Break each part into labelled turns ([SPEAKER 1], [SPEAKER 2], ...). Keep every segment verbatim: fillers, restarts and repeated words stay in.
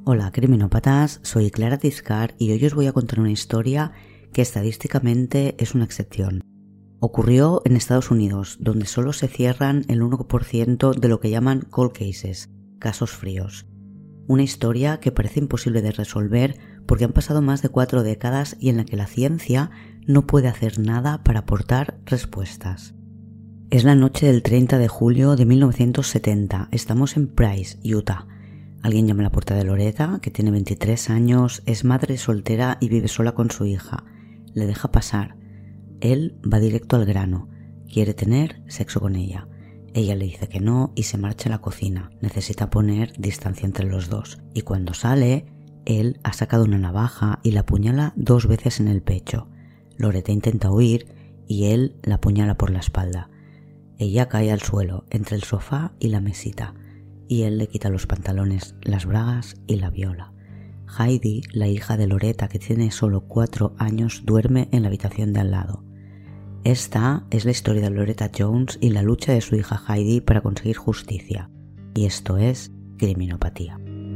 [SPEAKER 1] Hola criminópatas, soy Clara Tiscar y hoy os voy a contar una historia que estadísticamente es una excepción. Ocurrió en Estados Unidos, donde solo se cierran el uno por ciento de lo que llaman cold cases, casos fríos. Una historia que parece imposible de resolver porque han pasado más de cuatro décadas y en la que la ciencia no puede hacer nada para aportar respuestas. Es la noche del treinta de julio de mil novecientos setenta, estamos en Price, Utah. Alguien llama a la puerta de Loretta, que tiene veintitrés años, es madre soltera y vive sola con su hija. Le deja pasar. Él va directo al grano. Quiere tener sexo con ella. Ella le dice que no y se marcha a la cocina. Necesita poner distancia entre los dos. Y cuando sale, él ha sacado una navaja y la apuñala dos veces en el pecho. Loretta intenta huir y él la apuñala por la espalda. Ella cae al suelo, entre el sofá y la mesita. Y él le quita los pantalones, las bragas y la viola. Heidi, la hija de Loretta, que tiene solo cuatro años, duerme en la habitación de al lado. Esta es la historia de Loretta Jones y la lucha de su hija Heidi para conseguir justicia. Y esto es Criminopatía.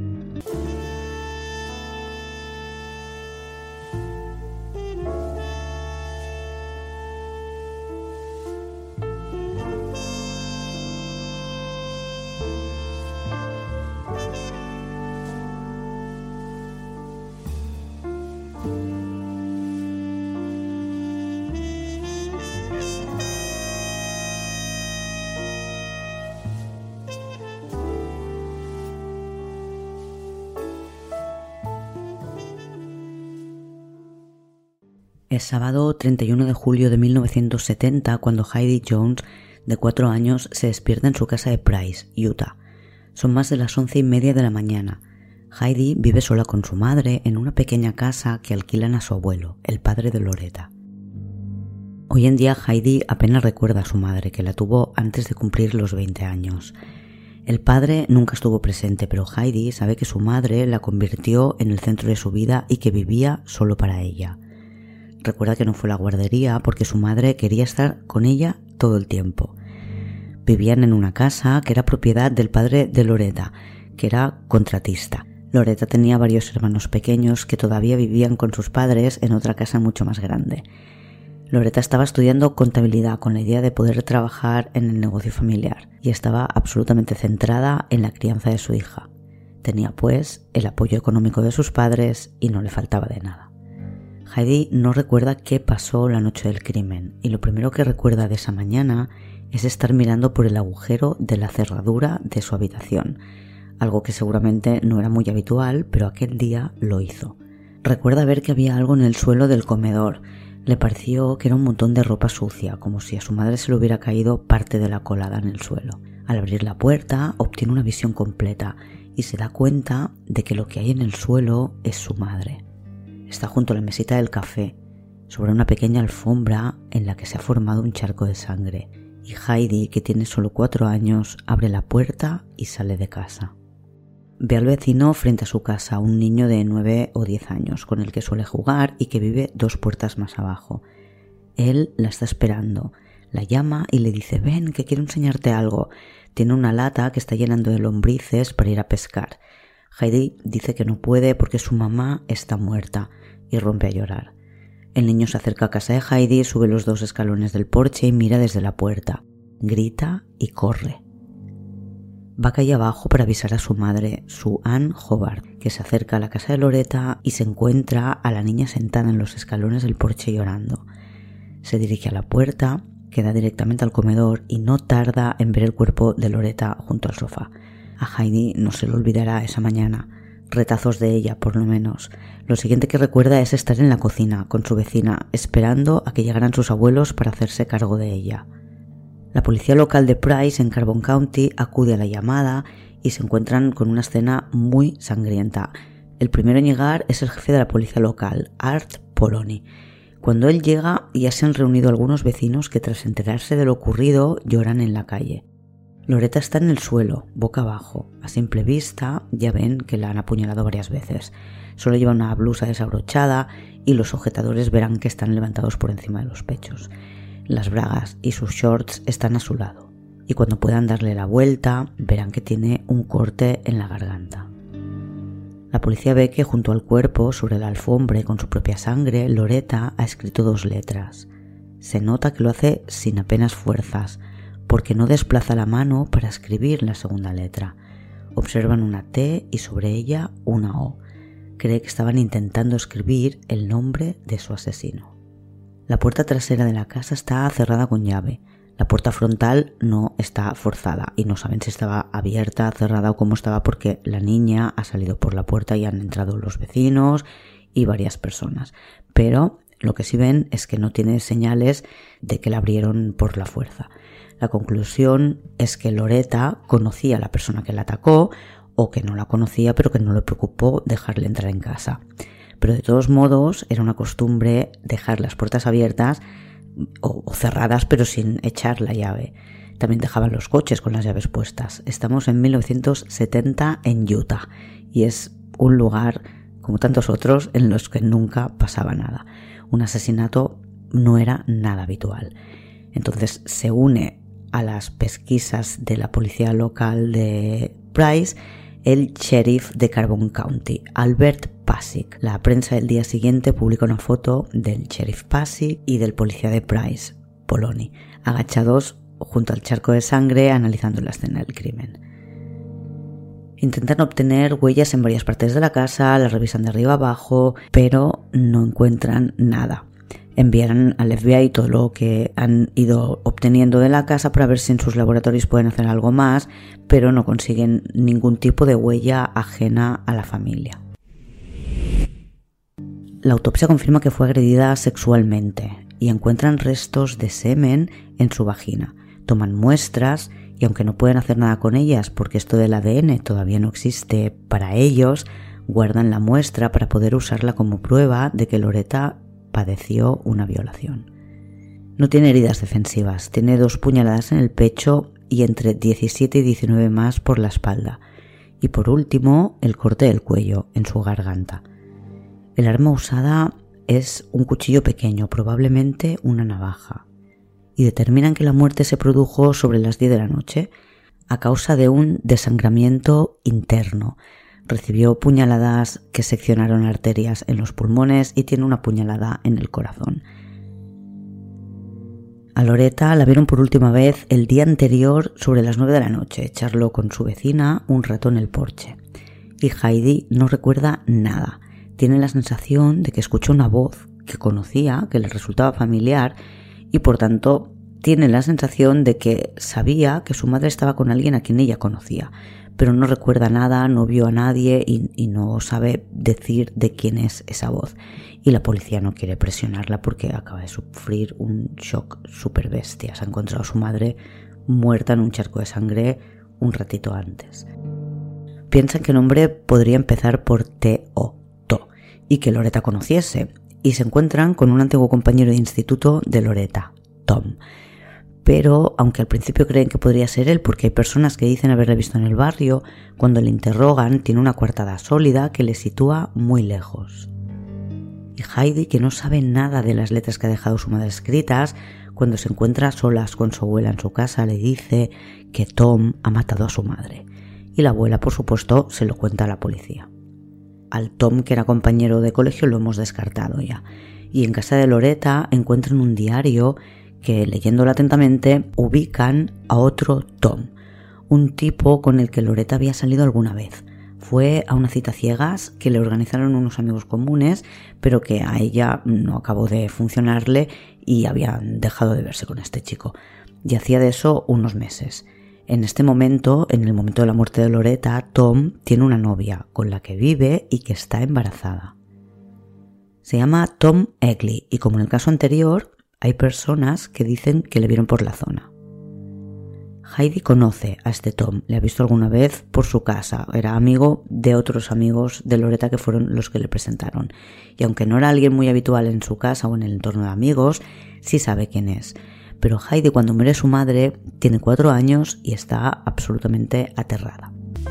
[SPEAKER 1] Es sábado treinta y uno de julio de mil novecientos setenta cuando Heidi Jones, de cuatro años, se despierta en su casa de Price, Utah. Son más de las once y media de la mañana. Heidi vive sola con su madre en una pequeña casa que alquilan a su abuelo, el padre de Loretta. Hoy en día Heidi apenas recuerda a su madre, que la tuvo antes de cumplir los veinte años. El padre nunca estuvo presente, pero Heidi sabe que su madre la convirtió en el centro de su vida y que vivía solo para ella. Recuerda que no fue a la guardería porque su madre quería estar con ella todo el tiempo. Vivían en una casa que era propiedad del padre de Loretta, que era contratista. Loretta tenía varios hermanos pequeños que todavía vivían con sus padres en otra casa mucho más grande. Loretta estaba estudiando contabilidad con la idea de poder trabajar en el negocio familiar y estaba absolutamente centrada en la crianza de su hija. Tenía pues el apoyo económico de sus padres y no le faltaba de nada. Heidi no recuerda qué pasó la noche del crimen y lo primero que recuerda de esa mañana es estar mirando por el agujero de la cerradura de su habitación, algo que seguramente no era muy habitual, pero aquel día lo hizo. Recuerda ver que había algo en el suelo del comedor. Le pareció que era un montón de ropa sucia, como si a su madre se le hubiera caído parte de la colada en el suelo. Al abrir la puerta, obtiene una visión completa y se da cuenta de que lo que hay en el suelo es su madre. Está junto a la mesita del café, sobre una pequeña alfombra en la que se ha formado un charco de sangre, y Heidi, que tiene solo cuatro años, abre la puerta y sale de casa. Ve al vecino frente a su casa, un niño de nueve o diez años, con el que suele jugar y que vive dos puertas más abajo. Él la está esperando, la llama y le dice: «Ven, que quiero enseñarte algo». Tiene una lata que está llenando de lombrices para ir a pescar. Heidi dice que no puede porque su mamá está muerta y rompe a llorar. El niño se acerca a casa de Heidi, sube los dos escalones del porche y mira desde la puerta. Grita y corre. Va calle abajo para avisar a su madre, Sue Ann Hobart, que se acerca a la casa de Loretta y se encuentra a la niña sentada en los escalones del porche llorando. Se dirige a la puerta, que da directamente al comedor y no tarda en ver el cuerpo de Loretta junto al sofá. A Heidi no se le olvidará esa mañana, retazos de ella por lo menos. Lo siguiente que recuerda es estar en la cocina con su vecina, esperando a que llegaran sus abuelos para hacerse cargo de ella. La policía local de Price, en Carbon County, acude a la llamada y se encuentran con una escena muy sangrienta. El primero en llegar es el jefe de la policía local, Art Poloni. Cuando él llega, ya se han reunido algunos vecinos que, tras enterarse de lo ocurrido, lloran en la calle. Loretta está en el suelo, boca abajo. A simple vista ya ven que la han apuñalado varias veces. Solo lleva una blusa desabrochada y los sujetadores verán que están levantados por encima de los pechos. Las bragas y sus shorts están a su lado. Y cuando puedan darle la vuelta, verán que tiene un corte en la garganta. La policía ve que junto al cuerpo, sobre la alfombra y con su propia sangre, Loretta ha escrito dos letras. Se nota que lo hace sin apenas fuerzas, porque no desplaza la mano para escribir la segunda letra. Observan una T y sobre ella una O. Cree que estaban intentando escribir el nombre de su asesino. La puerta trasera de la casa está cerrada con llave. La puerta frontal no está forzada y no saben si estaba abierta, cerrada o cómo estaba, porque la niña ha salido por la puerta y han entrado los vecinos y varias personas. Pero lo que sí ven es que no tiene señales de que la abrieron por la fuerza. La conclusión es que Loretta conocía a la persona que la atacó o que no la conocía, pero que no le preocupó dejarle entrar en casa. Pero de todos modos era una costumbre dejar las puertas abiertas o, o cerradas, pero sin echar la llave. También dejaban los coches con las llaves puestas. Estamos en mil novecientos setenta en Utah y es un lugar, como tantos otros, en los que nunca pasaba nada. Un asesinato no era nada habitual. Entonces se une a las pesquisas de la policía local de Price el sheriff de Carbon County, Albert Pasek. La prensa del día siguiente publica una foto del sheriff Pasek y del policía de Price, Poloni, agachados junto al charco de sangre analizando la escena del crimen. Intentan obtener huellas en varias partes de la casa, las revisan de arriba abajo, pero no encuentran nada. Envían al F B I todo lo que han ido obteniendo de la casa para ver si en sus laboratorios pueden hacer algo más, pero no consiguen ningún tipo de huella ajena a la familia. La autopsia confirma que fue agredida sexualmente y encuentran restos de semen en su vagina. Toman muestras y aunque no pueden hacer nada con ellas porque esto del A D N todavía no existe para ellos, guardan la muestra para poder usarla como prueba de que Loretta padeció una violación. No tiene heridas defensivas, tiene dos puñaladas en el pecho y entre diecisiete y diecinueve más por la espalda. Y por último, el corte del cuello en su garganta. El arma usada es un cuchillo pequeño, probablemente una navaja. Y determinan que la muerte se produjo sobre las diez de la noche a causa de un desangramiento interno. Recibió puñaladas que seccionaron arterias en los pulmones y tiene una puñalada en el corazón. A Loretta la vieron por última vez el día anterior sobre las nueve de la noche. Charló con su vecina un rato en el porche. Y Heidi no recuerda nada. Tiene la sensación de que escuchó una voz que conocía, que le resultaba familiar y por tanto tiene la sensación de que sabía que su madre estaba con alguien a quien ella conocía. Pero no recuerda nada, no vio a nadie y, y no sabe decir de quién es esa voz. Y la policía no quiere presionarla porque acaba de sufrir un shock súper bestia. Se ha encontrado a su madre muerta en un charco de sangre un ratito antes. Piensan que el nombre podría empezar por T O, To, y que Loretta conociese. Y se encuentran con un antiguo compañero de instituto de Loretta, Tom. Pero, aunque al principio creen que podría ser él porque hay personas que dicen haberle visto en el barrio, cuando le interrogan tiene una coartada sólida que le sitúa muy lejos. Y Heidi, que no sabe nada de las letras que ha dejado su madre escritas, cuando se encuentra a solas con su abuela en su casa le dice que Tom ha matado a su madre. Y la abuela, por supuesto, se lo cuenta a la policía. Al Tom, que era compañero de colegio, lo hemos descartado ya. Y en casa de Loretta encuentran un diario que, leyéndolo atentamente, ubican a otro Tom, un tipo con el que Loretta había salido alguna vez. Fue a una cita ciegas que le organizaron unos amigos comunes, pero que a ella no acabó de funcionarle y habían dejado de verse con este chico. Y hacía de eso unos meses. En este momento, en el momento de la muerte de Loretta, Tom tiene una novia con la que vive y que está embarazada. Se llama Tom Egley y, como en el caso anterior, hay personas que dicen que le vieron por la zona. Heidi conoce a este Tom, le ha visto alguna vez por su casa, era amigo de otros amigos de Loretta que fueron los que le presentaron. Y aunque no era alguien muy habitual en su casa o en el entorno de amigos, sí sabe quién es. Pero Heidi, cuando muere su madre, tiene cuatro años y está absolutamente aterrada.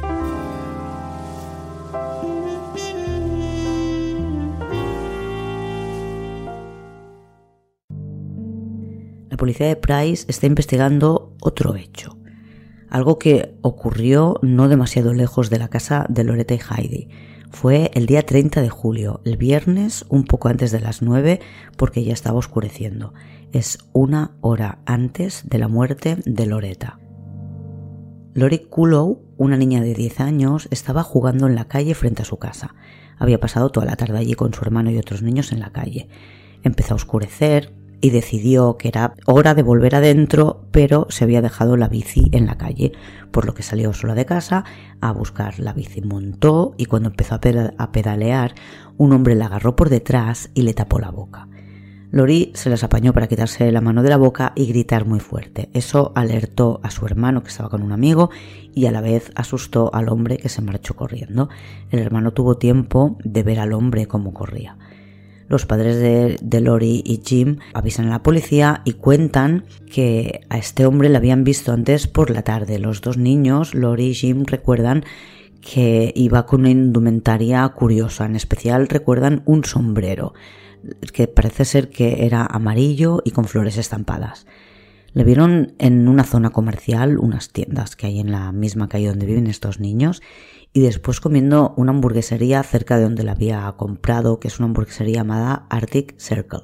[SPEAKER 1] La policía de Price está investigando otro hecho, algo que ocurrió no demasiado lejos de la casa de Loretta y Heidi. Fue el día treinta de julio, el viernes, un poco antes de las nueve, porque ya estaba oscureciendo. Es una hora antes de la muerte de Loretta. Lori Kulow, una niña de diez años, estaba jugando en la calle frente a su casa. Había pasado toda la tarde allí con su hermano y otros niños en la calle. Empezó a oscurecer y decidió que era hora de volver adentro, pero se había dejado la bici en la calle, por lo que salió sola de casa a buscar la bici. Montó y cuando empezó a pedalear, un hombre la agarró por detrás y le tapó la boca. Lori se las apañó para quitarse la mano de la boca y gritar muy fuerte. Eso alertó a su hermano, que estaba con un amigo, y a la vez asustó al hombre, que se marchó corriendo. El hermano tuvo tiempo de ver al hombre cómo corría. Los padres de, de Lori y Jim avisan a la policía y cuentan que a este hombre le habían visto antes por la tarde. Los dos niños, Lori y Jim, recuerdan que iba con una indumentaria curiosa. En especial recuerdan un sombrero, que parece ser que era amarillo y con flores estampadas. Le vieron en una zona comercial, unas tiendas que hay en la misma calle donde viven estos niños, y después comiendo una hamburguesería cerca de donde la había comprado, que es una hamburguesería llamada Arctic Circle.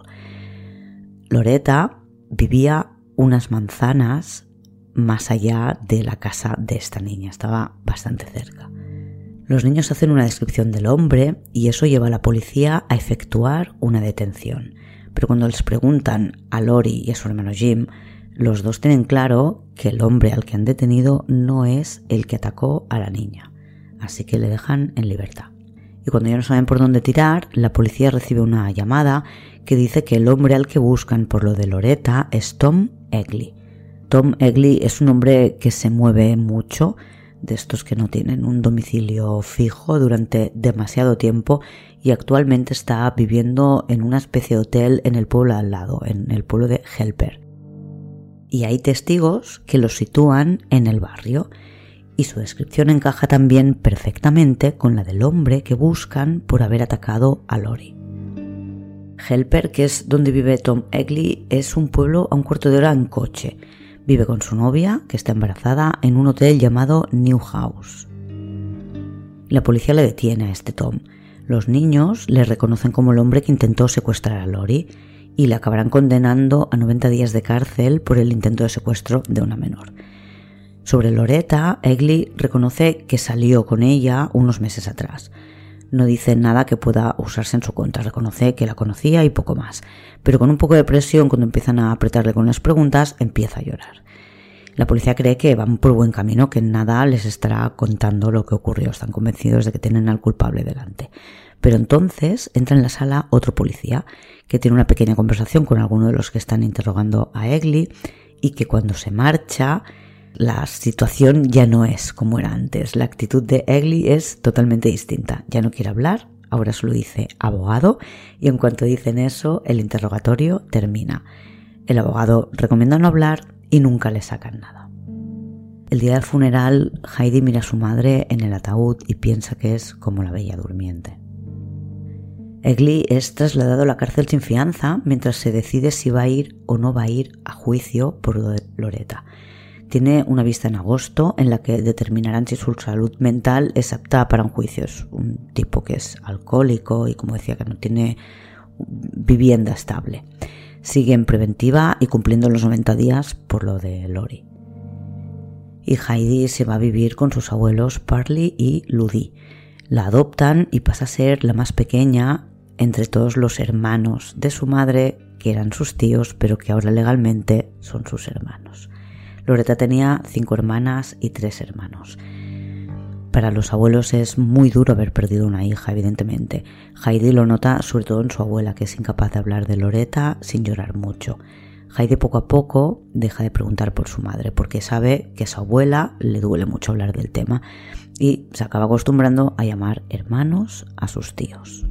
[SPEAKER 1] Loretta vivía unas manzanas más allá de la casa de esta niña, estaba bastante cerca. Los niños hacen una descripción del hombre y eso lleva a la policía a efectuar una detención. Pero cuando les preguntan a Lori y a su hermano Jim, los dos tienen claro que el hombre al que han detenido no es el que atacó a la niña. Así que le dejan en libertad. Y cuando ya no saben por dónde tirar, la policía recibe una llamada que dice que el hombre al que buscan por lo de Loretta es Tom Egley. Tom Egley es un hombre que se mueve mucho, de estos que no tienen un domicilio fijo durante demasiado tiempo, y actualmente está viviendo en una especie de hotel en el pueblo al lado, en el pueblo de Helper. Y hay testigos que lo sitúan en el barrio, y su descripción encaja también perfectamente con la del hombre que buscan por haber atacado a Lori. Helper, que es donde vive Tom Egley, es un pueblo a un cuarto de hora en coche. Vive con su novia, que está embarazada, en un hotel llamado New House. La policía le detiene a este Tom. Los niños le reconocen como el hombre que intentó secuestrar a Lori y le acabarán condenando a noventa días de cárcel por el intento de secuestro de una menor. Sobre Loretta, Egley reconoce que salió con ella unos meses atrás. No dice nada que pueda usarse en su contra, reconoce que la conocía y poco más. Pero con un poco de presión, cuando empiezan a apretarle con las preguntas, empieza a llorar. La policía cree que van por buen camino, que nada les estará contando lo que ocurrió. Están convencidos de que tienen al culpable delante. Pero entonces entra en la sala otro policía que tiene una pequeña conversación con alguno de los que están interrogando a Egley y que cuando se marcha, la situación ya no es como era antes. La actitud de Egley es totalmente distinta. Ya no quiere hablar, ahora solo dice abogado, y en cuanto dicen eso, el interrogatorio termina. El abogado recomienda no hablar y nunca le sacan nada. El día del funeral, Heidi mira a su madre en el ataúd y piensa que es como la Bella Durmiente. Egley es trasladado a la cárcel sin fianza mientras se decide si va a ir o no va a ir a juicio por lo de Loretta. Tiene una vista en agosto en la que determinarán si su salud mental es apta para un juicio. Es un tipo que es alcohólico y, como decía, que no tiene vivienda estable. Sigue en preventiva y cumpliendo los noventa días por lo de Lori. Y Heidi se va a vivir con sus abuelos Parley y Ludie. La adoptan y pasa a ser la más pequeña entre todos los hermanos de su madre, que eran sus tíos, pero que ahora legalmente son sus hermanos. Loretta tenía cinco hermanas y tres hermanos. Para los abuelos es muy duro haber perdido una hija, evidentemente. Heidi lo nota sobre todo en su abuela, que es incapaz de hablar de Loretta sin llorar mucho. Heidi poco a poco deja de preguntar por su madre, porque sabe que a su abuela le duele mucho hablar del tema y se acaba acostumbrando a llamar hermanos a sus tíos.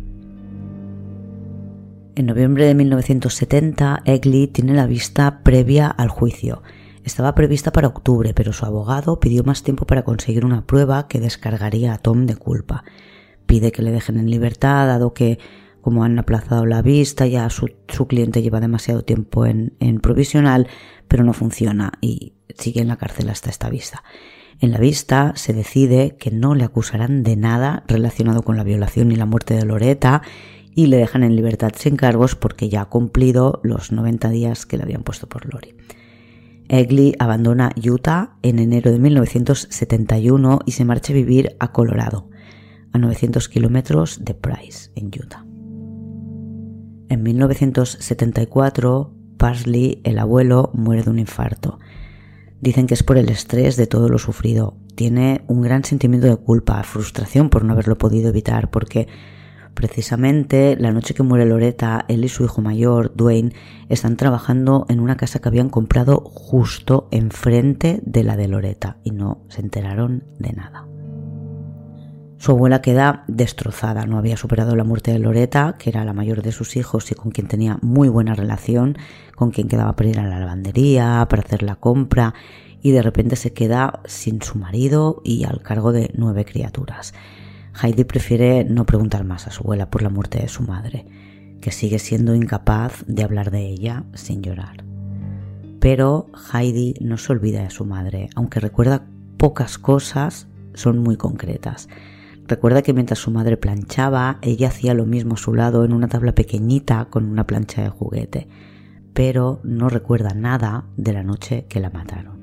[SPEAKER 1] En noviembre de mil novecientos setenta, Egley tiene la vista previa al juicio. Estaba prevista para octubre, pero su abogado pidió más tiempo para conseguir una prueba que descargaría a Tom de culpa. Pide que le dejen en libertad, dado que Como han aplazado la vista, ya su, su cliente lleva demasiado tiempo en, en provisional, pero no funciona y sigue en la cárcel hasta esta vista. En la vista se decide que no le acusarán de nada relacionado con la violación y la muerte de Loretta y le dejan en libertad sin cargos porque ya ha cumplido los noventa días que le habían puesto por Lori. Egli abandona Utah en enero de mil novecientos setenta y uno y se marcha a vivir a Colorado, a novecientos kilómetros de Price, en Utah. En mil novecientos setenta y cuatro, Parsley, el abuelo, muere de un infarto. Dicen que es por el estrés de todo lo sufrido. Tiene un gran sentimiento de culpa, frustración por no haberlo podido evitar, porque precisamente la noche que muere Loretta, él y su hijo mayor, Dwayne, están trabajando en una casa que habían comprado justo enfrente de la de Loretta y no se enteraron de nada. Su abuela queda destrozada, no había superado la muerte de Loretta, que era la mayor de sus hijos y con quien tenía muy buena relación, con quien quedaba para ir a la lavandería, para hacer la compra, y de repente se queda sin su marido y al cargo de nueve criaturas. Heidi prefiere no preguntar más a su abuela por la muerte de su madre, que sigue siendo incapaz de hablar de ella sin llorar. Pero Heidi no se olvida de su madre, aunque recuerda pocas cosas, son muy concretas. Recuerda que mientras su madre planchaba, ella hacía lo mismo a su lado en una tabla pequeñita con una plancha de juguete, pero no recuerda nada de la noche que la mataron.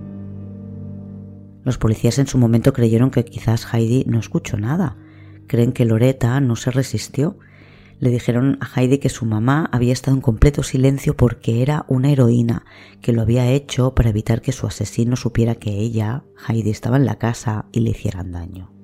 [SPEAKER 1] Los policías en su momento creyeron que quizás Heidi no escuchó nada. Creen que Loretta no se resistió. Le dijeron a Heidi que su mamá había estado en completo silencio porque era una heroína, que lo había hecho para evitar que su asesino supiera que ella, Heidi, estaba en la casa y le hicieran daño.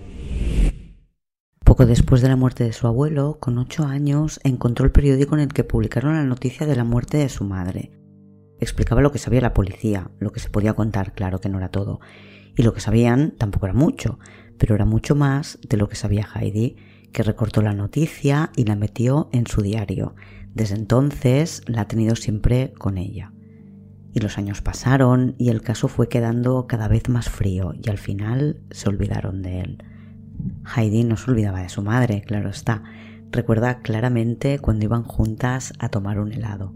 [SPEAKER 1] Poco después de la muerte de su abuelo, con ocho años, encontró el periódico en el que publicaron la noticia de la muerte de su madre. Explicaba lo que sabía la policía, lo que se podía contar, claro que no era todo. Y lo que sabían tampoco era mucho, pero era mucho más de lo que sabía Heidi, que recortó la noticia y la metió en su diario. Desde entonces la ha tenido siempre con ella. Y los años pasaron y el caso fue quedando cada vez más frío y al final se olvidaron de él. Heidi no se olvidaba de su madre, claro está. Recuerda claramente cuando iban juntas a tomar un helado.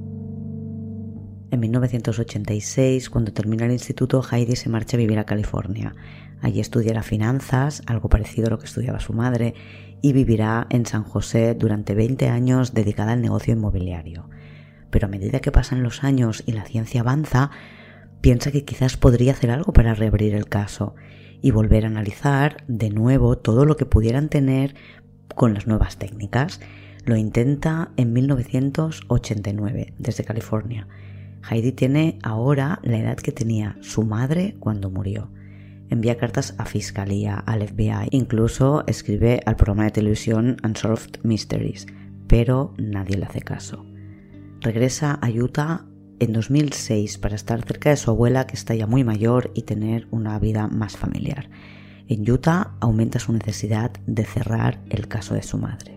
[SPEAKER 1] En mil novecientos ochenta y seis, cuando termina el instituto, Heidi se marcha a vivir a California. Allí estudiará finanzas, algo parecido a lo que estudiaba su madre, y vivirá en San José durante veinte años dedicada al negocio inmobiliario. Pero a medida que pasan los años y la ciencia avanza, piensa que quizás podría hacer algo para reabrir el caso y volver a analizar de nuevo todo lo que pudieran tener con las nuevas técnicas. Lo intenta en mil novecientos ochenta y nueve, desde California. Heidi tiene ahora la edad que tenía su madre cuando murió. Envía cartas a Fiscalía, al F B I, incluso escribe al programa de televisión Unsolved Mysteries, pero nadie le hace caso. Regresa a Utah en dos mil seis para estar cerca de su abuela, que está ya muy mayor, y tener una vida más familiar. En Utah aumenta su necesidad de cerrar el caso de su madre.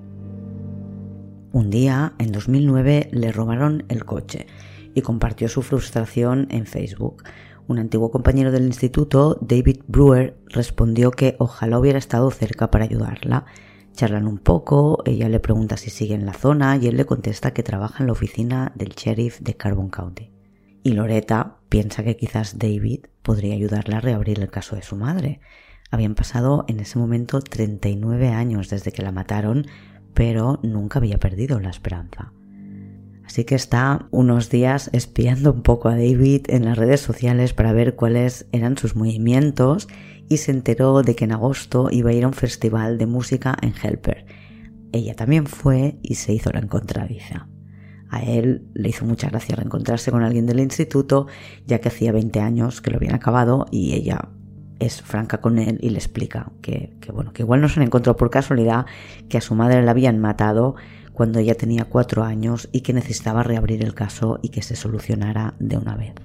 [SPEAKER 1] Un día, en dos mil nueve, le robaron el coche y compartió su frustración en Facebook. Un antiguo compañero del instituto, David Brewer, respondió que ojalá hubiera estado cerca para ayudarla. Charlan un poco, ella le pregunta si sigue en la zona y él le contesta que trabaja en la oficina del sheriff de Carbon County. Y Loretta piensa que quizás David podría ayudarla a reabrir el caso de su madre. Habían pasado en ese momento treinta y nueve años desde que la mataron, pero nunca había perdido la esperanza. Así que está unos días espiando un poco a David en las redes sociales para ver cuáles eran sus movimientos y se enteró de que en agosto iba a ir a un festival de música en Helper. Ella también fue y se hizo la encontradiza. A él le hizo mucha gracia reencontrarse con alguien del instituto, ya que hacía veinte años que lo habían acabado, y ella es franca con él y le explica que, que, bueno, que igual no se le encontró por casualidad, que a su madre la habían matado cuando ella tenía cuatro años y que necesitaba reabrir el caso y que se solucionara de una vez.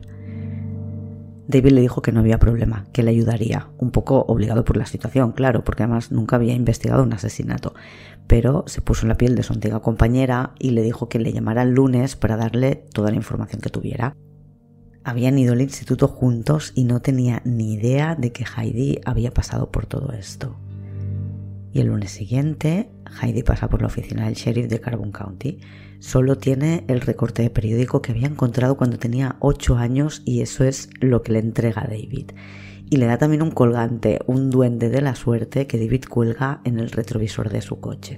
[SPEAKER 1] David le dijo que no había problema, que le ayudaría, un poco obligado por la situación, claro, porque además nunca había investigado un asesinato, pero se puso en la piel de su antigua compañera y le dijo que le llamara el lunes para darle toda la información que tuviera. Habían ido al instituto juntos y no tenía ni idea de que Heidi había pasado por todo esto. Y el lunes siguiente, Heidi pasa por la oficina del sheriff de Carbon County. Solo tiene el recorte de periódico que había encontrado cuando tenía ocho años y eso es lo que le entrega a David. Y le da también un colgante, un duende de la suerte que David cuelga en el retrovisor de su coche.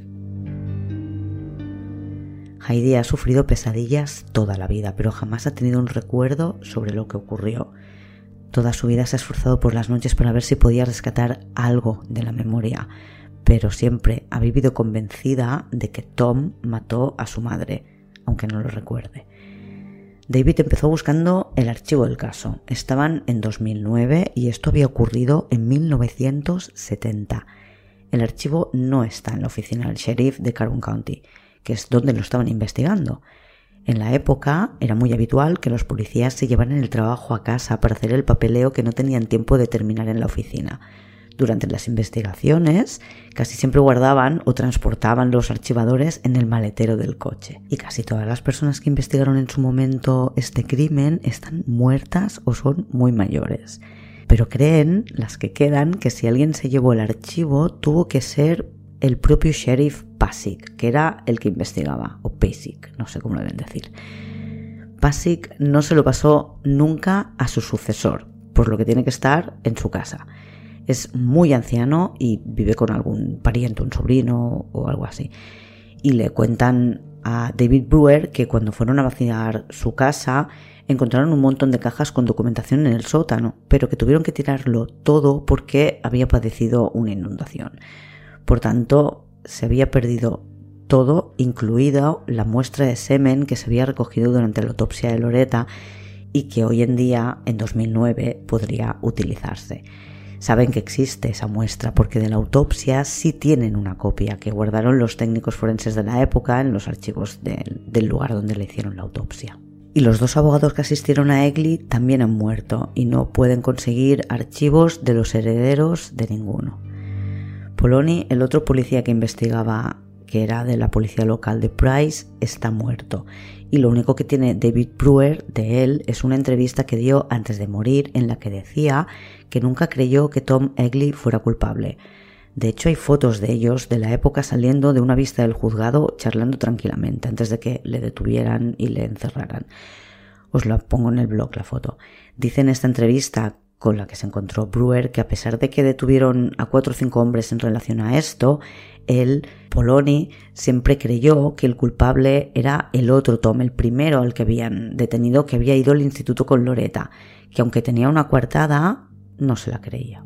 [SPEAKER 1] Heidi ha sufrido pesadillas toda la vida, pero jamás ha tenido un recuerdo sobre lo que ocurrió. Toda su vida se ha esforzado por las noches para ver si podía rescatar algo de la memoria, pero siempre ha vivido convencida de que Tom mató a su madre, aunque no lo recuerde. David empezó buscando el archivo del caso. Estaban en dos mil nueve y esto había ocurrido en mil novecientos setenta. El archivo no está en la oficina del sheriff de Carbon County, que es donde lo estaban investigando. En la época era muy habitual que los policías se llevaran el trabajo a casa para hacer el papeleo que no tenían tiempo de terminar en la oficina. Durante las investigaciones, casi siempre guardaban o transportaban los archivadores en el maletero del coche. Y casi todas las personas que investigaron en su momento este crimen están muertas o son muy mayores. Pero creen, las que quedan, que si alguien se llevó el archivo, tuvo que ser el propio sheriff Pasek, que era el que investigaba, o Pasek, no sé cómo lo deben decir. Pasek no se lo pasó nunca a su sucesor, por lo que tiene que estar en su casa. Es muy anciano y vive con algún pariente, un sobrino o algo así. Y le cuentan a David Brewer que cuando fueron a vaciar su casa encontraron un montón de cajas con documentación en el sótano, pero que tuvieron que tirarlo todo porque había padecido una inundación. Por tanto, se había perdido todo, incluida la muestra de semen que se había recogido durante la autopsia de Loretta y que hoy en día, en dos mil nueve, podría utilizarse. Saben que existe esa muestra porque de la autopsia sí tienen una copia que guardaron los técnicos forenses de la época en los archivos de, del lugar donde le hicieron la autopsia. Y los dos abogados que asistieron a Egli también han muerto y no pueden conseguir archivos de los herederos de ninguno. Poloni, el otro policía que investigaba, que era de la policía local de Price, está muerto. Y lo único que tiene David Brewer de él es una entrevista que dio antes de morir en la que decía que nunca creyó que Tom Egli fuera culpable. De hecho, hay fotos de ellos de la época saliendo de una vista del juzgado charlando tranquilamente antes de que le detuvieran y le encerraran. Os la pongo en el blog la foto. Dice en esta entrevista con la que se encontró Brewer que a pesar de que detuvieron a cuatro o cinco hombres en relación a esto, él, Poloni, siempre creyó que el culpable era el otro Tom, el primero al que habían detenido, que había ido al instituto con Loretta, que aunque tenía una coartada, no se la creía.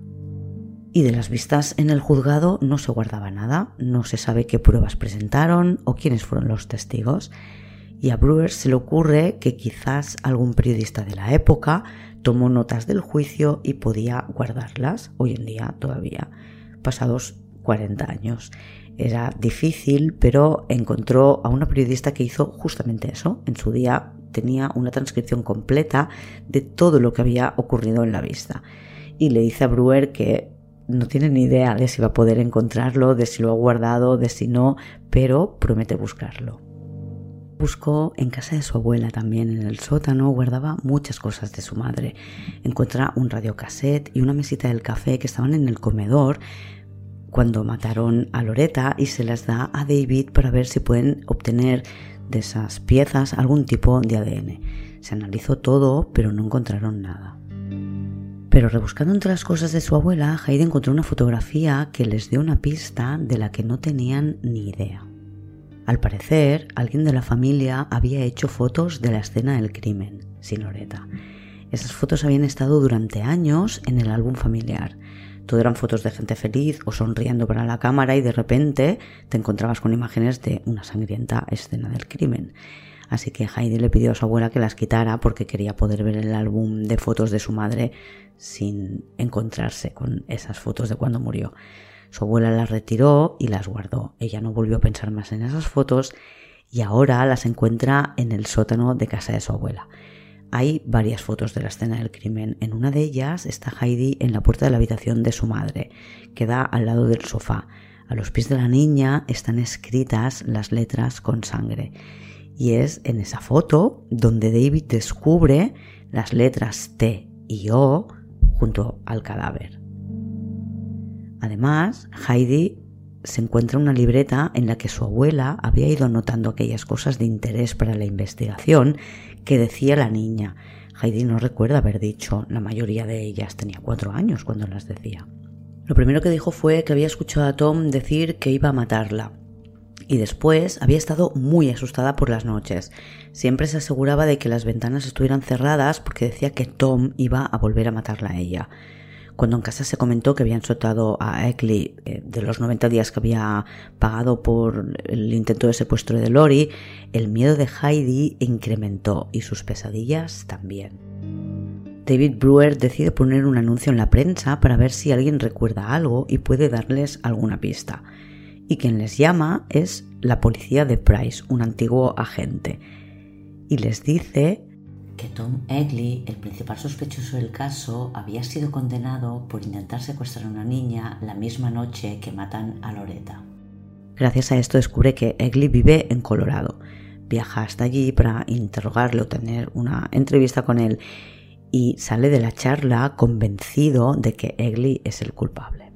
[SPEAKER 1] Y de las vistas en el juzgado no se guardaba nada, no se sabe qué pruebas presentaron o quiénes fueron los testigos. Y a Brewer se le ocurre que quizás algún periodista de la época tomó notas del juicio y podía guardarlas, hoy en día todavía, pasados cuarenta años. Era difícil, pero encontró a una periodista que hizo justamente eso. En su día tenía una transcripción completa de todo lo que había ocurrido en la vista. Y le dice a Brewer que no tiene ni idea de si va a poder encontrarlo, de si lo ha guardado, de si no, pero promete buscarlo. Buscó en casa de su abuela también, en el sótano, guardaba muchas cosas de su madre. Encuentra un radiocassette y una mesita del café que estaban en el comedor cuando mataron a Loretta y se las da a David para ver si pueden obtener de esas piezas algún tipo de A D N. Se analizó todo, pero no encontraron nada. Pero rebuscando entre las cosas de su abuela, Heidi encontró una fotografía que les dio una pista de la que no tenían ni idea. Al parecer, alguien de la familia había hecho fotos de la escena del crimen, sin Loretta. Esas fotos habían estado durante años en el álbum familiar. Todo eran fotos de gente feliz o sonriendo para la cámara y de repente te encontrabas con imágenes de una sangrienta escena del crimen. Así que Heidi le pidió a su abuela que las quitara porque quería poder ver el álbum de fotos de su madre sin encontrarse con esas fotos de cuando murió. Su abuela las retiró y las guardó. Ella no volvió a pensar más en esas fotos y ahora las encuentra en el sótano de casa de su abuela. Hay varias fotos de la escena del crimen. En una de ellas está Heidi en la puerta de la habitación de su madre, que da al lado del sofá. A los pies de la niña están escritas las letras con sangre. Y es en esa foto donde David descubre las letras T y O junto al cadáver. Además, Heidi se encuentra una libreta en la que su abuela había ido anotando aquellas cosas de interés para la investigación que decía la niña. Heidi no recuerda haber dicho la mayoría de ellas, tenía cuatro años cuando las decía. Lo primero que dijo fue que había escuchado a Tom decir que iba a matarla. Y después había estado muy asustada por las noches. Siempre se aseguraba de que las ventanas estuvieran cerradas porque decía que Tom iba a volver a matarla a ella. Cuando en casa se comentó que habían soltado a Egli eh, de los noventa días que había pagado por el intento de secuestro de Lori, el miedo de Heidi incrementó y sus pesadillas también. David Brewer decide poner un anuncio en la prensa para ver si alguien recuerda algo y puede darles alguna pista. Y quien les llama es la policía de Price, un antiguo agente. Y les dice que Tom Egli, el principal sospechoso del caso, había sido condenado por intentar secuestrar a una niña la misma noche que matan a Loretta. Gracias a esto descubre que Egli vive en Colorado. Viaja hasta allí para interrogarle o tener una entrevista con él y sale de la charla convencido de que Egli es el culpable.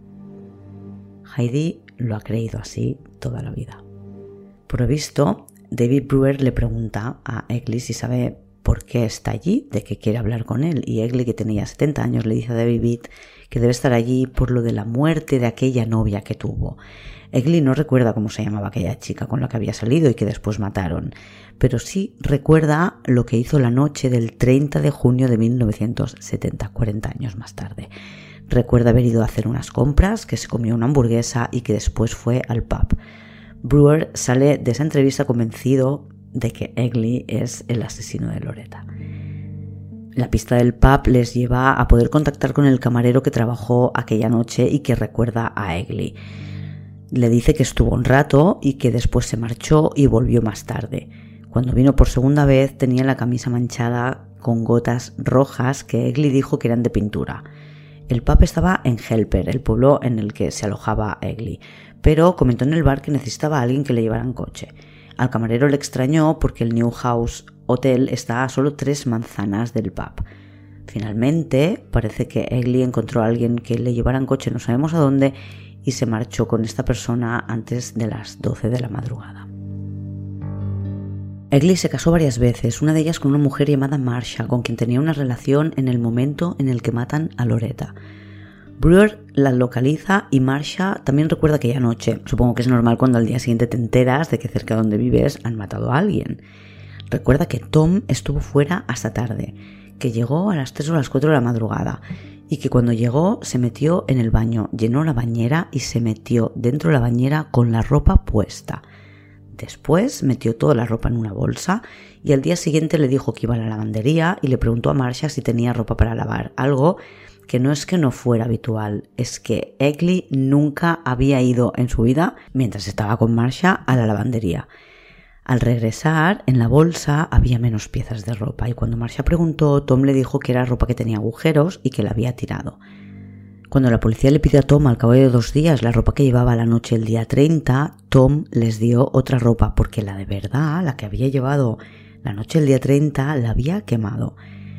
[SPEAKER 1] Heidi lo ha creído así toda la vida. Por lo visto, David Brewer le pregunta a Egli si sabe por qué está allí, de que quiere hablar con él, y Egli, que tenía setenta años, le dice a David que debe estar allí por lo de la muerte de aquella novia que tuvo. Egli no recuerda cómo se llamaba aquella chica con la que había salido y que después mataron, pero sí recuerda lo que hizo la noche del treinta de junio de mil novecientos setenta, cuarenta años más tarde. Recuerda haber ido a hacer unas compras, que se comió una hamburguesa y que después fue al pub. Brewer sale de esa entrevista convencido de que Egli es el asesino de Loretta. La pista del pub les lleva a poder contactar con el camarero que trabajó aquella noche y que recuerda a Egli. Le dice que estuvo un rato y que después se marchó y volvió más tarde. Cuando vino por segunda vez tenía la camisa manchada con gotas rojas que Egli dijo que eran de pintura. El pub estaba en Helper, el pueblo en el que se alojaba Egli, pero comentó en el bar que necesitaba a alguien que le llevara en coche. Al camarero le extrañó porque el New House Hotel está a solo tres manzanas del pub. Finalmente, parece que Egli encontró a alguien que le llevara en coche, no sabemos a dónde, y se marchó con esta persona antes de las doce de la madrugada. Egli se casó varias veces, una de ellas con una mujer llamada Marsha, con quien tenía una relación en el momento en el que matan a Loretta. Brewer la localiza y Marsha también recuerda aquella noche. Supongo que es normal cuando al día siguiente te enteras de que cerca de donde vives han matado a alguien. Recuerda que Tom estuvo fuera hasta tarde, que llegó a las tres o las cuatro de la madrugada y que cuando llegó se metió en el baño, llenó la bañera y se metió dentro de la bañera con la ropa puesta. Después metió toda la ropa en una bolsa y al día siguiente le dijo que iba a la lavandería y le preguntó a Marsha si tenía ropa para lavar, algo que no es que no fuera habitual, es que Egli nunca había ido en su vida, mientras estaba con Marsha, a la lavandería. Al regresar, en la bolsa había menos piezas de ropa y cuando Marsha preguntó, Tom le dijo que era ropa que tenía agujeros y que la había tirado. Cuando la policía le pidió a Tom al cabo de dos días la ropa que llevaba la noche del día treinta, Tom les dio otra ropa porque la de verdad, la que había llevado la noche del día treinta, la había quemado.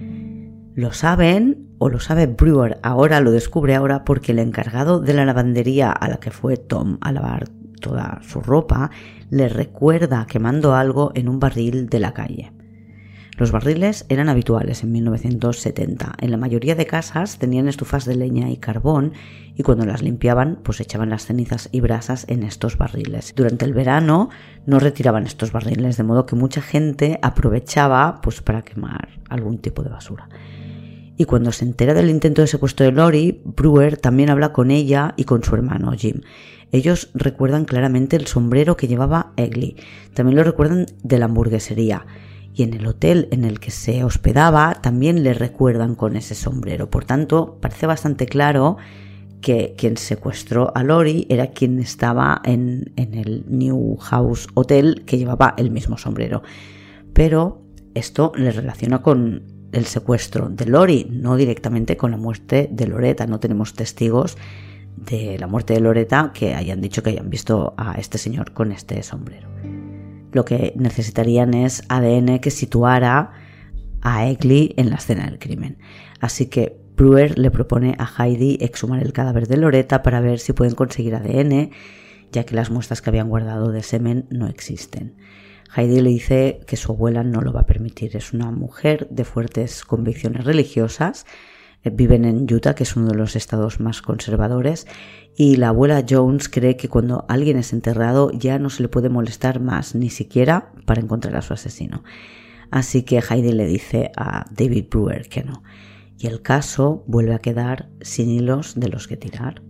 [SPEAKER 1] Lo saben, o lo sabe Brewer ahora, lo descubre ahora porque el encargado de la lavandería a la que fue Tom a lavar toda su ropa le recuerda quemando algo en un barril de la calle. Los barriles eran habituales en mil novecientos setenta. En la mayoría de casas tenían estufas de leña y carbón y cuando las limpiaban pues echaban las cenizas y brasas en estos barriles. Durante el verano no retiraban estos barriles, de modo que mucha gente aprovechaba pues para quemar algún tipo de basura. Y cuando se entera del intento de secuestro de Lori, Brewer también habla con ella y con su hermano Jim. Ellos recuerdan claramente el sombrero que llevaba Egli. También lo recuerdan de la hamburguesería. Y en el hotel en el que se hospedaba también le recuerdan con ese sombrero. Por tanto, parece bastante claro que quien secuestró a Lori era quien estaba en, en el New House Hotel que llevaba el mismo sombrero. Pero esto le relaciona con el secuestro de Lori, no directamente con la muerte de Loretta. No tenemos testigos de la muerte de Loretta que hayan dicho que hayan visto a este señor con este sombrero. Lo que necesitarían es A D N que situara a Egli en la escena del crimen. Así que Brewer le propone a Heidi exhumar el cadáver de Loretta para ver si pueden conseguir A D N ya que las muestras que habían guardado de semen no existen. Heidi le dice que su abuela no lo va a permitir. Es una mujer de fuertes convicciones religiosas. Viven en Utah, que es uno de los estados más conservadores, y la abuela Jones cree que cuando alguien es enterrado ya no se le puede molestar más, ni siquiera para encontrar a su asesino. Así que Heidi le dice a David Brewer que no. Y el caso vuelve a quedar sin hilos de los que tirar.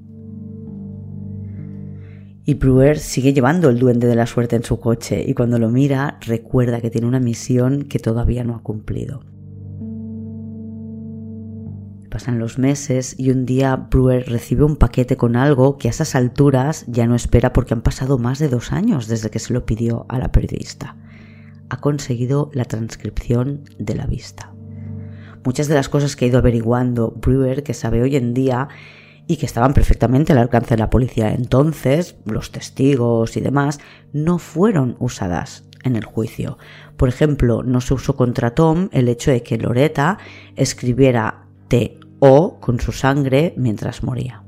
[SPEAKER 1] Y Brewer sigue llevando el duende de la suerte en su coche y cuando lo mira recuerda que tiene una misión que todavía no ha cumplido. Pasan los meses y un día Brewer recibe un paquete con algo que a esas alturas ya no espera porque han pasado más de dos años desde que se lo pidió a la periodista. Ha conseguido la transcripción de la vista. Muchas de las cosas que ha ido averiguando Brewer, que sabe hoy en día y que estaban perfectamente al alcance de la policía entonces, los testigos y demás, no fueron usadas en el juicio. Por ejemplo, no se usó contra Tom el hecho de que Loretta escribiera T O con su sangre mientras moría.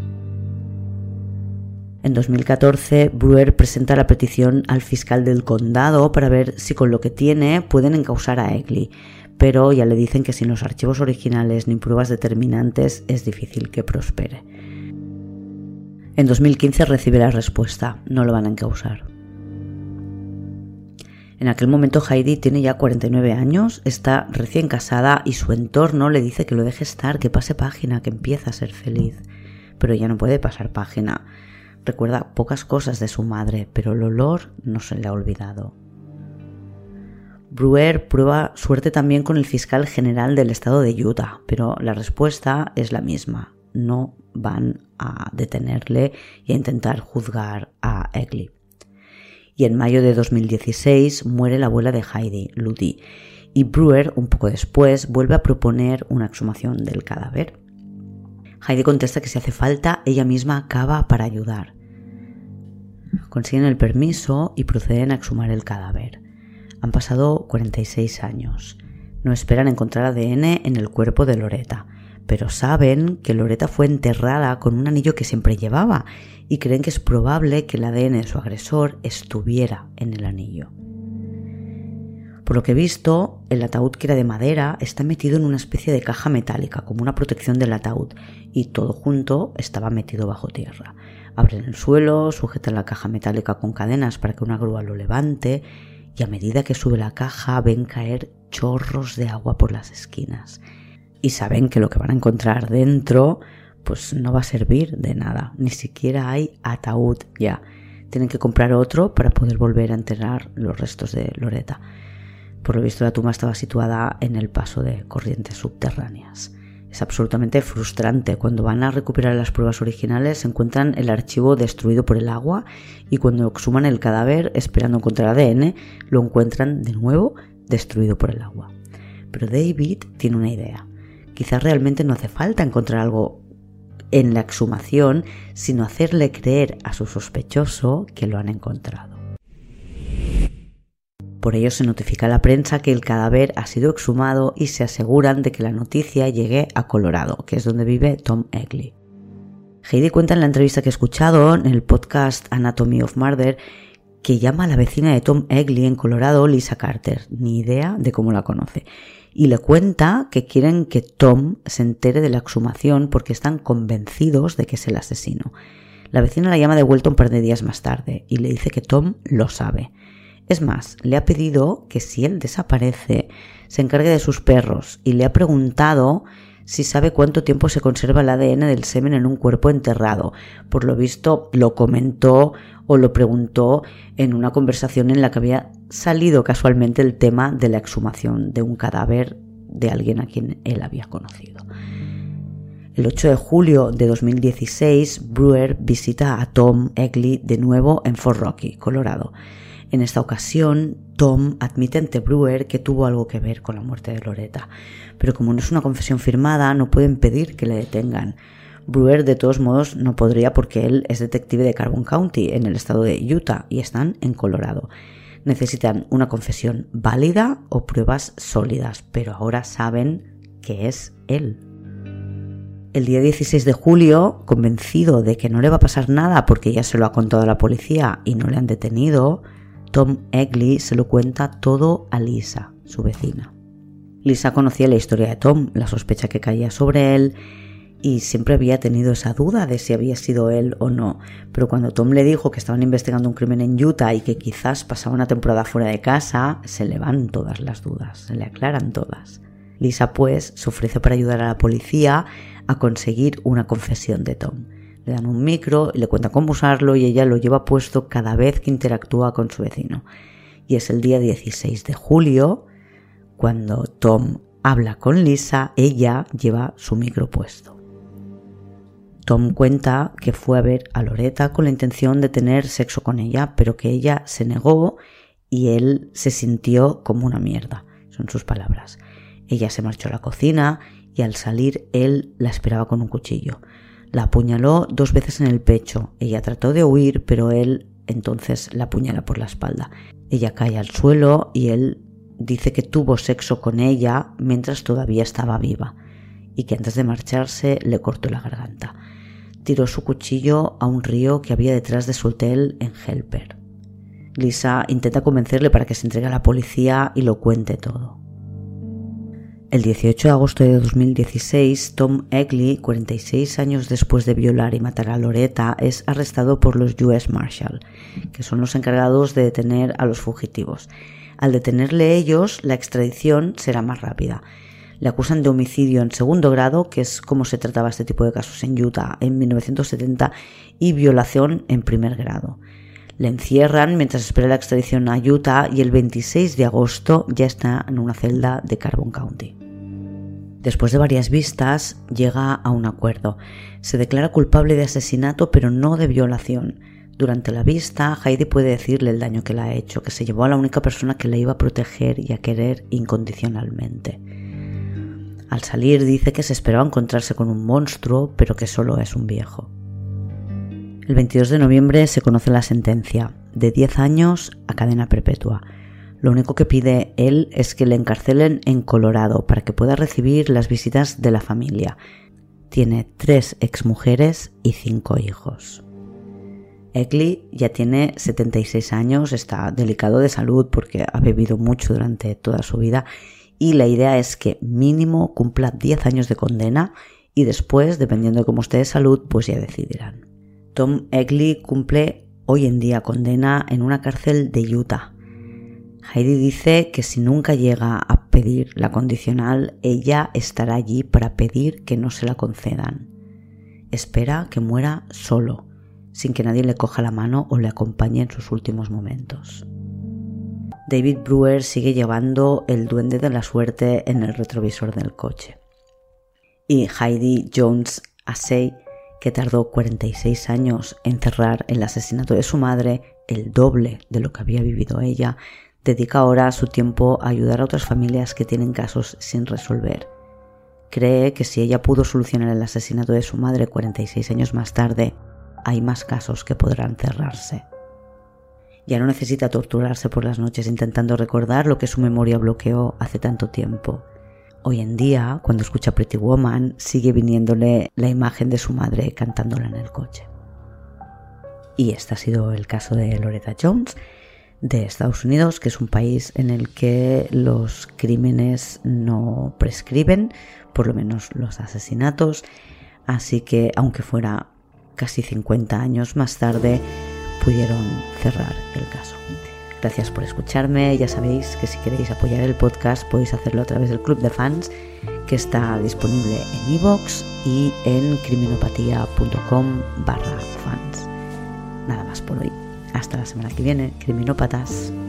[SPEAKER 1] En dos mil catorce, Brewer presenta la petición al fiscal del condado para ver si con lo que tiene pueden encausar a Egli, pero ya le dicen que sin los archivos originales ni pruebas determinantes es difícil que prospere. En dos mil quince recibe la respuesta, no lo van a encausar. En aquel momento Heidi tiene ya cuarenta y nueve años, está recién casada y su entorno le dice que lo deje estar, que pase página, que empieza a ser feliz. Pero ella no puede pasar página. Recuerda pocas cosas de su madre, pero el olor no se le ha olvidado. Brewer prueba suerte también con el fiscal general del estado de Utah, pero la respuesta es la misma. No van a detenerle y a intentar juzgar a Egli. Y en mayo de dos mil dieciséis muere la abuela de Heidi, Ludie, y Brewer, un poco después, vuelve a proponer una exhumación del cadáver. Heidi contesta que si hace falta, ella misma acaba para ayudar. Consiguen el permiso y proceden a exhumar el cadáver. Han pasado cuarenta y seis años. No esperan encontrar A D N en el cuerpo de Loretta, pero saben que Loretta fue enterrada con un anillo que siempre llevaba y creen que es probable que el A D N de su agresor estuviera en el anillo. Por lo que he visto, el ataúd, que era de madera, está metido en una especie de caja metálica, como una protección del ataúd, y todo junto estaba metido bajo tierra. Abren el suelo, sujetan la caja metálica con cadenas para que una grúa lo levante, y a medida que sube la caja ven caer chorros de agua por las esquinas. Y saben que lo que van a encontrar dentro pues no va a servir de nada, ni siquiera hay ataúd ya. Tienen que comprar otro para poder volver a enterrar los restos de Loretta. Por lo visto la tumba estaba situada en el paso de corrientes subterráneas. Es absolutamente frustrante. Cuando van a recuperar las pruebas originales encuentran el archivo destruido por el agua y cuando exhuman el cadáver esperando encontrar A D N lo encuentran de nuevo destruido por el agua. Pero David tiene una idea. Quizás realmente no hace falta encontrar algo en la exhumación, sino hacerle creer a su sospechoso que lo han encontrado. Por ello se notifica a la prensa que el cadáver ha sido exhumado y se aseguran de que la noticia llegue a Colorado, que es donde vive Tom Egli. Heidi cuenta en la entrevista que he escuchado en el podcast Anatomy of Murder que llama a la vecina de Tom Egli en Colorado, Lisa Carter, ni idea de cómo la conoce, y le cuenta que quieren que Tom se entere de la exhumación porque están convencidos de que es el asesino. La vecina la llama de vuelta un par de días más tarde y le dice que Tom lo sabe. Es más, le ha pedido que si él desaparece se encargue de sus perros y le ha preguntado si sabe cuánto tiempo se conserva el A D N del semen en un cuerpo enterrado. Por lo visto lo comentó o lo preguntó en una conversación en la que había salido casualmente el tema de la exhumación de un cadáver de alguien a quien él había conocido. El ocho de julio de dos mil dieciséis, Brewer visita a Tom Egli de nuevo en Fort Rocky, Colorado. En esta ocasión, Tom admite ante Brewer que tuvo algo que ver con la muerte de Loretta, pero como no es una confesión firmada, no pueden pedir que le detengan. Brewer, de todos modos, no podría porque él es detective de Carbon County, en el estado de Utah, y están en Colorado. Necesitan una confesión válida o pruebas sólidas, pero ahora saben que es él. El día dieciséis de julio, convencido de que no le va a pasar nada porque ya se lo ha contado a la policía y no le han detenido, Tom Egley se lo cuenta todo a Lisa, su vecina. Lisa conocía la historia de Tom, la sospecha que caía sobre él, y siempre había tenido esa duda de si había sido él o no. Pero cuando Tom le dijo que estaban investigando un crimen en Utah y que quizás pasaba una temporada fuera de casa, se le van todas las dudas, se le aclaran todas. Lisa, pues, se ofrece para ayudar a la policía a conseguir una confesión de Tom. Le dan un micro y le cuenta cómo usarlo y ella lo lleva puesto cada vez que interactúa con su vecino. Y es el día dieciséis de julio cuando Tom habla con Lisa, ella lleva su micro puesto. Tom cuenta que fue a ver a Loretta con la intención de tener sexo con ella, pero que ella se negó y él se sintió como una mierda, son sus palabras. Ella se marchó a la cocina y al salir él la esperaba con un cuchillo. La apuñaló dos veces en el pecho. Ella trató de huir, pero él entonces la apuñala por la espalda. Ella cae al suelo y él dice que tuvo sexo con ella mientras todavía estaba viva y que antes de marcharse le cortó la garganta. Tiró su cuchillo a un río que había detrás de su hotel en Helper. Lisa intenta convencerle para que se entregue a la policía y lo cuente todo. El dieciocho de agosto de dos mil dieciséis, Tom Egley, cuarenta y seis años después de violar y matar a Loretta, es arrestado por los U S Marshal, que son los encargados de detener a los fugitivos. Al detenerle ellos, la extradición será más rápida. Le acusan de homicidio en segundo grado, que es como se trataba este tipo de casos en Utah en mil novecientos setenta, y violación en primer grado. Le encierran mientras espera la extradición a Utah y el veintiséis de agosto ya está en una celda de Carbon County. Después de varias vistas, llega a un acuerdo. Se declara culpable de asesinato, pero no de violación. Durante la vista, Heidi puede decirle el daño que le ha hecho, que se llevó a la única persona que le iba a proteger y a querer incondicionalmente. Al salir dice que se esperaba encontrarse con un monstruo, pero que solo es un viejo. El veintidós de noviembre se conoce la sentencia, de diez años a cadena perpetua. Lo único que pide él es que le encarcelen en Colorado para que pueda recibir las visitas de la familia. Tiene tres exmujeres y cinco hijos. Egley ya tiene setenta y seis años, está delicado de salud porque ha bebido mucho durante toda su vida y la idea es que mínimo cumpla diez años de condena y después, dependiendo de cómo esté de salud, pues ya decidirán. Tom Egley cumple hoy en día condena en una cárcel de Utah. Heidi dice que si nunca llega a pedir la condicional, ella estará allí para pedir que no se la concedan. Espera que muera solo, sin que nadie le coja la mano o le acompañe en sus últimos momentos. David Brewer sigue llevando el duende de la suerte en el retrovisor del coche. Y Heidi Jones Asay, que tardó cuarenta y seis años en cerrar el asesinato de su madre, el doble de lo que había vivido ella, dedica ahora su tiempo a ayudar a otras familias que tienen casos sin resolver. Cree que si ella pudo solucionar el asesinato de su madre cuarenta y seis años más tarde, hay más casos que podrán cerrarse. Ya no necesita torturarse por las noches intentando recordar lo que su memoria bloqueó hace tanto tiempo. Hoy en día, cuando escucha Pretty Woman, sigue viniéndole la imagen de su madre cantándola en el coche. Y este ha sido el caso de Loretta Jones, de Estados Unidos, que es un país en el que los crímenes no prescriben, por lo menos los asesinatos, así que aunque fuera casi cincuenta años más tarde, pudieron cerrar el caso. Gracias por escucharme. Ya sabéis que si queréis apoyar el podcast podéis hacerlo a través del Club de Fans, que está disponible en iVoox y en criminopatía punto com barra fans. Nada más por hoy. Hasta la semana que viene, criminópatas.